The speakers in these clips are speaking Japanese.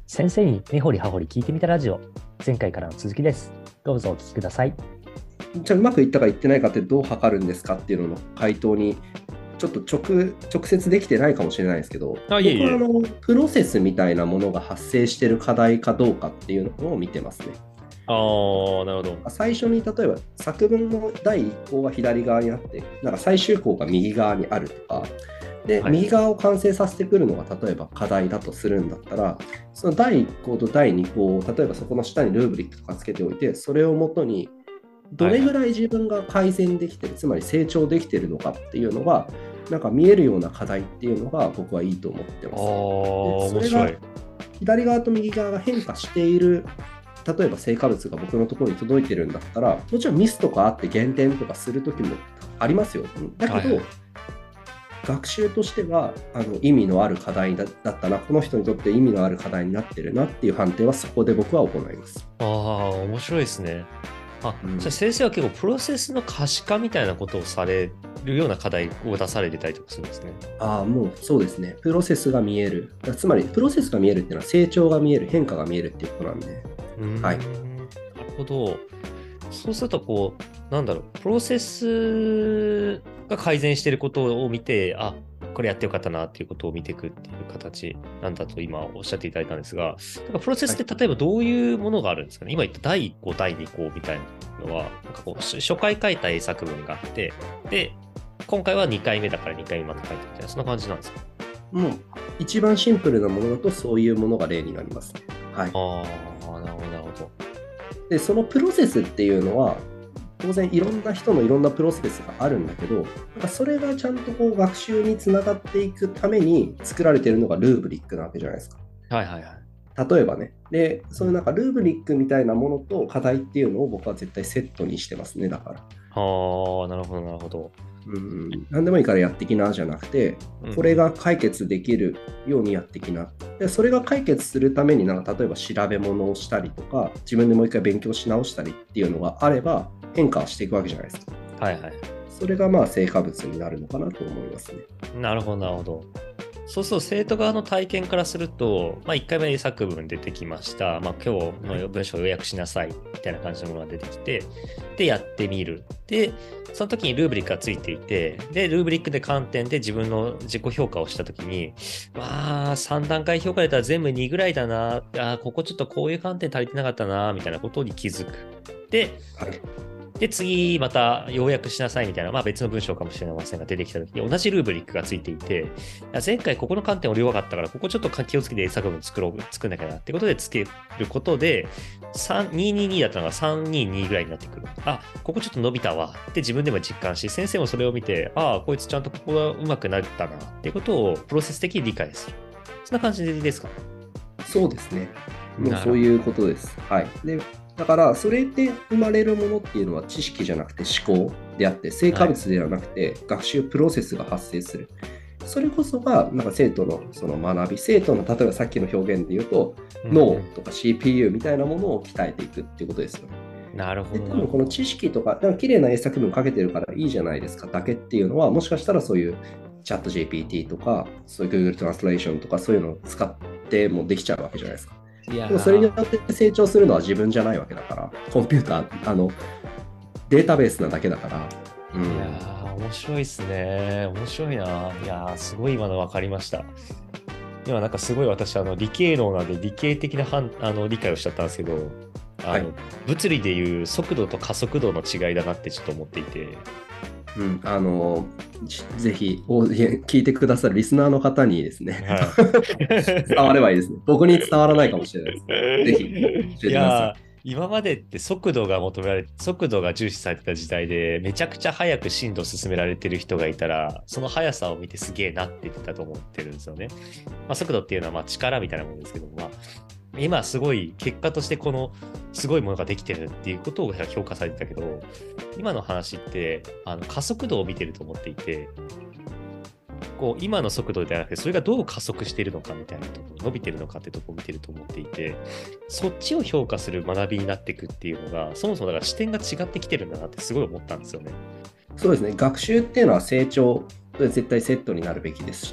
先生に根掘り葉掘り聞いてみたラジオ、前回からの続きです。どうぞお聞きください。 じゃあうまくいったかいってないかってどう測るんですかっていうのの回答にちょっと直接できてないかもしれないですけど、 いえいえ。 僕はプロセスみたいなものが発生している課題かどうかっていうのを見てますね。 なるほど。 最初に例えば作文の第1項が左側にあって、なんか最終項が右側にあるとか、で、 はい。 右側を完成させてくるのが例えば課題だとするんだったら、その第1項と第2項を例えばそこの下にルーブリックとかつけておいて、それをもとにどれぐらい自分が改善できてる、つまり成長できてるのかっていうのが、なんか見えるような課題っていうのが僕はいいと思ってます。でそれが左側と右側が変化している、例えば成果物が僕のところに届いてるんだったら、もちろんミスとかあって減点とかするときもありますよ。だけど、学習としては意味のある課題だったな、この人にとって意味のある課題になってるなっていう判定はそこで僕は行います。 面白いですね。じゃあ先生は結構プロセスの可視化みたいなことをされるような課題を出されてたりとかするんですね。 もうそうですね。プロセスが見える。つまり、プロセスが見えるっていうのは成長が見える、変化が見えるっていうことなんで。はい。 なるほど。そうすると、プロセスが改善していることを見て、これやってよかったなっていうことを見ていくっていう形なんだと今おっしゃっていただいたんですが、なんかプロセスって例えばどういうものがあるんですかね。今言った第1項、第2項みたいなのは、なんかこう初回書いた英作文があって、で、今回は2回目だから2回目また書いてみたいな、そんな感じなんですか。 もう、一番シンプルなものだと、そういうものが例になりますね。はい。 なるほど、なるほど。 で、そのプロセスっていうのは、当然いろんな人のいろんなプロセスがあるんだけど、なんかそれがちゃんとこう学習につながっていくために作られているのがルーブリックなわけじゃないですか。 はいはいはい。 例えばね。で、そういうなんかルーブリックみたいなものと課題っていうのを僕は絶対セットにしてますね、だから。 なるほど、なるほど。 何でもいいからやってきなじゃなくて、これが解決できるようにやってきな。でそれが解決するためになんか例えば調べ物をしたりとか、自分でもう一回勉強し直したりっていうのがあれば変化していくわけじゃないですか。 はいはい。 それがまあ成果物になるのかなと思いますね。 なるほど、なるほど。そうそう、生徒側の体験からすると、1回目作文出てきました。今日の文章を要約しなさいみたいな感じのものが出てきて、で、やってみる。で、その時にルーブリックがついていて、で、ルーブリックで観点で自分の自己評価をした時に、3段階評価でたら全部2ぐらいだな、ここちょっとこういう観点足りてなかったな、みたいなことに気づく。で、次また要約しなさいみたいな、別の文章かもしれませんが出てきた時に同じルーブリックがついていて、前回ここの観点俺弱かったから、ここちょっと気をつけて英作文作んなきゃなってことでつけることで、222だったのが322ぐらいになってくる。ここちょっと伸びたわって自分でも実感し、先生もそれを見て、こいつちゃんとここが上手くなったなっていうことをプロセス的に理解する。そんな感じですか？ そうですね。もうそういうことです。はい。でだからそれで生まれるものっていうのは知識じゃなくて思考であって、成果物ではなくて学習プロセスが発生する。それこそがなんか生徒のその学び、生徒の例えばさっきの表現で言うと、脳とか CPU みたいなものを鍛えていくっていうことですよね。 なるほど。 で多分この知識とか、綺麗な英作文書けてるからいいじゃないですかだけっていうのは、もしかしたらそういうチャット GPT とか、そういう Google トランスレーションとかそういうのを使ってもできちゃうわけじゃないですか。でもそれによって成長するのは自分じゃないわけだから、コンピューター、データベースなだけだから。 面白いですね。面白いな。すごい今の分かりました。今なんかすごい私、理系脳なんで理系的な理解をしちゃったんですけど、物理でいう速度と加速度の違いだなってちょっと思っていて。 ぜひ聞いてくださるリスナーの方にですね、伝わればいいですね。僕に伝わらないかもしれないですね。ぜひ教えてください。 今までって速度が求められ、速度が重視されてた時代で、めちゃくちゃ早く進度を進められてる人がいたら、その速さを見てすげえなって言ってたと思ってるんですよね。速度っていうのは力みたいなものですけども、今すごい結果としてこのすごいものができてるっていうことを評価されてたけど、今の話って加速度を見てると思っていて、今の速度ではなくて、それがどう加速しているのかみたいなところ、伸びてるのかってところを見てると思っていて、そっちを評価する学びになっていくっていうのが、そもそもだから視点が違ってきてるんだなってすごい思ったんですよね。 そうですね。学習っていうのは成長と絶対セットになるべきですしね。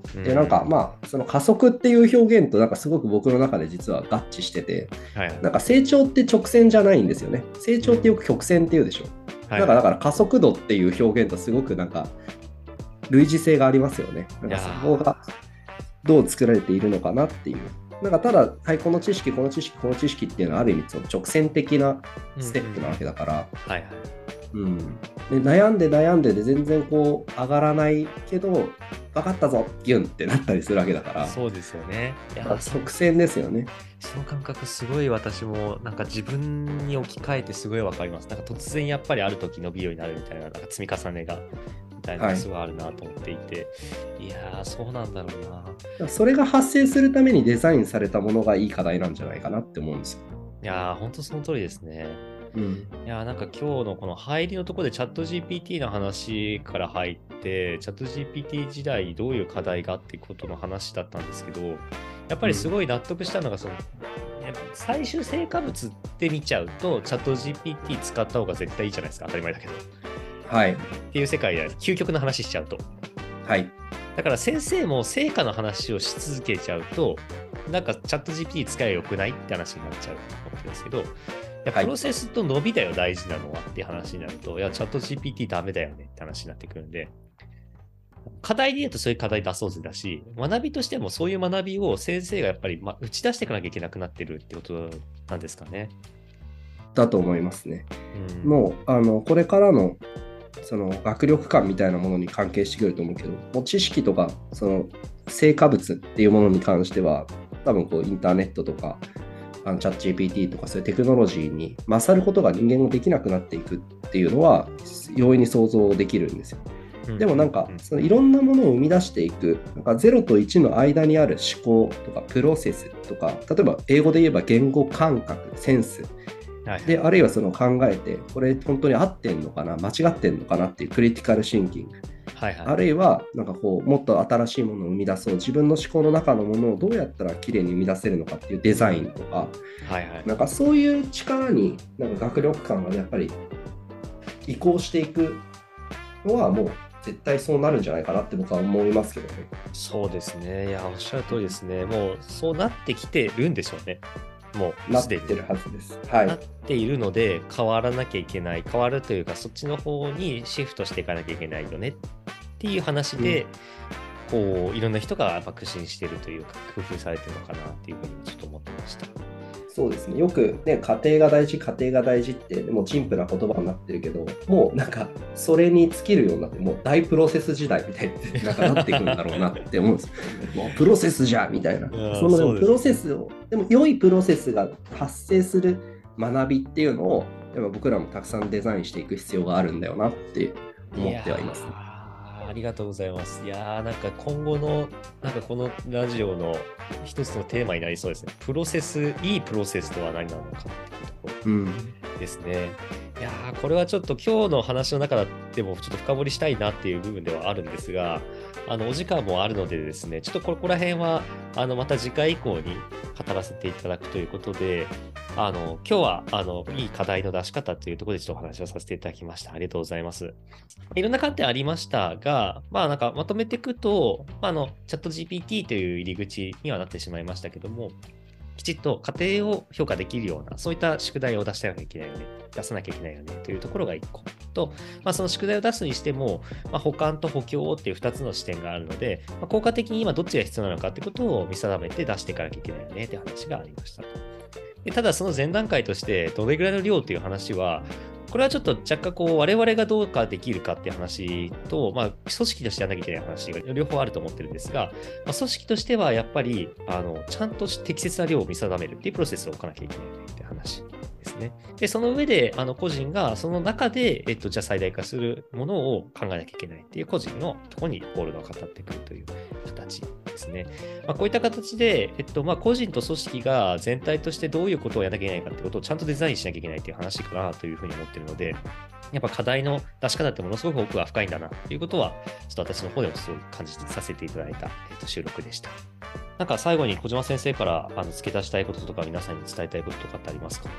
で、なんかまあ、その加速っていう表現となんかすごく僕の中で実は合致してて、なんか成長って直線じゃないんですよね。成長ってよく曲線っていうでしょ。なんかだから加速度っていう表現とすごくなんか類似性がありますよね。なんかそこがどう作られているのかなっていう。なんかただ、はい、この知識、この知識、この知識っていうのはある意味その直線的なステップなわけだから、で悩んでで全然こう上がらないけど、分かったぞ、ギュンってなったりするわけだから。 そうですよね。 直線ですよね。 その感覚すごい私もなんか自分に置き換えてすごい分かります。なんか突然やっぱりある時伸びるようになるみたいな、なんか積み重ねがみたいなのがすごいあるなと思っていて、いやーそうなんだろうな。 それが発生するためにデザインされたものがいい課題なんじゃないかなって思うんですよ。 いやー本当その通りですね。いやなんか今日のこの入りのところでチャット GPT の話から入ってチャット GPT 時代どういう課題がっていうことの話だったんですけど、やっぱりすごい納得したのがその、最終成果物って見ちゃうとチャット GPT 使った方が絶対いいじゃないですか、当たり前だけど。っていう世界で究極の話しちゃうと。だから先生も成果の話をし続けちゃうとなんかチャット GPT 使えばよくないって話になっちゃうと思ってるんですけど、プロセスと伸びだよ大事なのはって話になると、いやチャット GPT ダメだよねって話になってくるんで、課題で言うとそういう課題出そうぜだし、学びとしてもそういう学びを先生がやっぱり打ち出していかなきゃいけなくなってるってことなんですかね。 だと思いますね。もうこれからのその学力感みたいなものに関係してくると思うけど、もう知識とかその成果物っていうものに関しては多分こうインターネットとかチャット GPT とかそういうテクノロジーに勝ることが人間ができなくなっていくっていうのは容易に想像できるんですよ。でもなんかそのいろんなものを生み出していく、なんか0と1の間にある思考とかプロセスとか、例えば英語で言えば言語感覚、センスで、あるいはその考えてこれ本当に合ってんのかな、間違ってんのかなっていうクリティカルシンキング、あるいはなんかこうもっと新しいものを生み出そう、自分の思考の中のものをどうやったらきれいに生み出せるのかっていうデザインとか、なんかそういう力になんか学力感がやっぱり移行していくのはもう絶対そうなるんじゃないかなって僕は思いますけどね。 そうですね。いやおっしゃる通りですね。もうそうなってきてるんでしょうね。もうなってるはずです。 なっているので変わらなきゃいけない、変わるというかそっちの方にシフトしていかなきゃいけないよねっていう話で、こういろんな人がやっぱ苦心しているというか工夫されてるのかなっていうふうにちょっと思ってました。 そうですね。よくね、家庭が大事ってもう陳腐な言葉になってるけど、もうなんかそれに尽きるようになって、もう大プロセス時代みたいになんかなっていくんだろうなって思うんです。もうプロセスじゃみたいな。そのでもプロセスを、でも良いプロセスが発生する学びっていうのを、やっぱ僕らもたくさんデザインしていく必要があるんだよなって思ってはいます、ね。 ありがとうございます。いやーなんか今後のなんかこのラジオの一つのテーマになりそうですね。プロセス、いいプロセスとは何なのかっていうところですね。いやーこれはちょっと今日の話の中でもちょっと深掘りしたいなっていう部分ではあるんですが、お時間もあるのでですね、ちょっとここら辺はまた次回以降に語らせていただくということで、今日はいい課題の出し方というところでちょっとお話をさせていただきました。ありがとうございます。いろんな観点ありましたが、なんかまとめていくと、チャット GPT という入り口にはなってしまいましたけども、きちっと家庭を評価できるような、そういった宿題を出さなきゃいけないよね、出さなきゃいけないよねというところが1個と、その宿題を出すにしても、補完と補強っていう2つの視点があるので、効果的に今どっちが必要なのかってことを見定めて出していかなきゃいけないよねって話がありましたと。でただその前段階としてどれぐらいの量という話はこれはちょっと若干我々がどうかできるかっていう話と、組織としてやらなきゃいけない話が両方あると思ってるんですが、組織としてはやっぱりちゃんと適切な量を見定めるっていうプロセスを置かなきゃいけないっていう話ですね。でその上で個人がその中で、じゃあ最大化するものを考えなきゃいけないっていう個人のところにボールが語ってくるという形ですね。こういった形で、個人と組織が全体としてどういうことをやらなきゃいけないかってことをちゃんとデザインしなきゃいけないっていう話かなというふうに思っているので、やっぱ課題の出し方ってものすごく奥が深いんだなということは、ちょっと私の方でもすごく感じさせていただいた、収録でした。なんか最後に小島先生から付け足したいこととか皆さんに伝えたいこととかってありますか？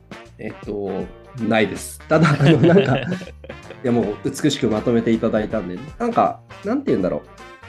ないです。ただ、なんか、いやもう美しくまとめていただいたんで、なんか、なんて言うんだろう。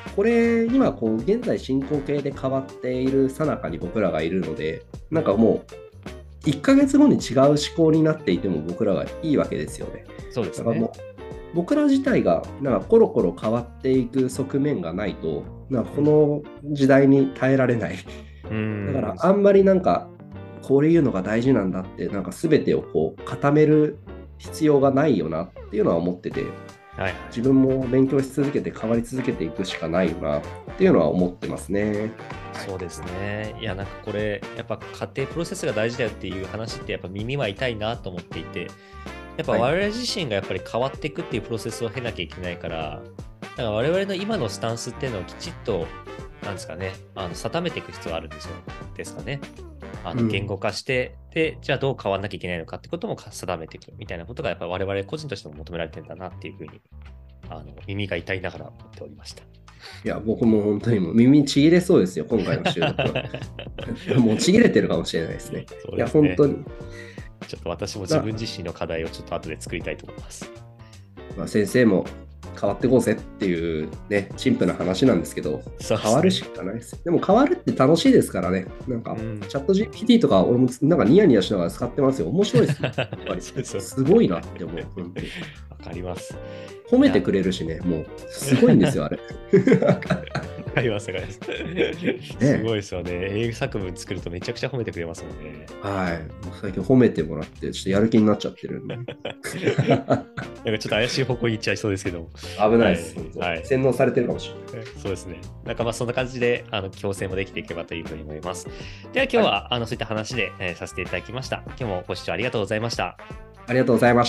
これ、今こう、現在進行形で変わっている最中に僕らがいるので、なんかもう、1ヶ月後に違う思考になっていても僕らがいいわけですよね。 そうですね。 だからもう、僕ら自体がなんかコロコロ変わっていく側面がないと、なんかこの時代に耐えられない。だからあんまりなんかこういうのが大事なんだってなんか全てをこう固める必要がないよなっていうのは思ってて、 はい、 自分も勉強し続けて変わり続けていくしかないよなっていうのは思ってますね。 そうですね。いや、なんかこれ、やっぱ家庭プロセスが大事だよっていう話ってやっぱ耳は痛いなと思っていて、やっぱ我々自身がやっぱり変わっていくっていうプロセスを経なきゃいけないから、だから我々の今のスタンスっていうのをきちっと、なんですかね、定めていく必要があるんですかね。言語化して、で、じゃあどう変わんなきゃいけないのかってことも定めていくみたいなことが、やっぱ我々個人としても求められてるんだなっていうふうに、耳が痛いながら思っておりました。 いや、僕も本当にもう耳ちぎれそうですよ、今回の収録は。もうちぎれてるかもしれないですね。 そうですね。 いや、本当に。 ちょっと私も自分自身の課題をちょっと後で作りたいと思います。 まあ、先生も変わってこうぜっていうね、陳腐な話なんですけど、 ね、 変わるしかないです。でも変わるって楽しいですからね。なんか、チャット GPT とか俺もなんかニヤニヤしながら使ってますよ。面白いですね。やっぱりすごいなって思う。本当に。 わかります。 褒めてくれるしね、もうすごいんですよ、あれ。 わかります、わかります。すごいですよね。英語作文作るとめちゃくちゃ褒めてくれますもんね。 はい。最近褒めてもらって、ちょっとやる気になっちゃってるんで。なんかちょっと怪しい方向に行っちゃいそうですけど。 危ないです。 はい。 洗脳されてるかもしれない。 そうですね。なんかまあそんな感じで矯正もできていけばというふうに思います。では今日は、そういった話で、させていただきました。今日もご視聴ありがとうございました。 ありがとうございました。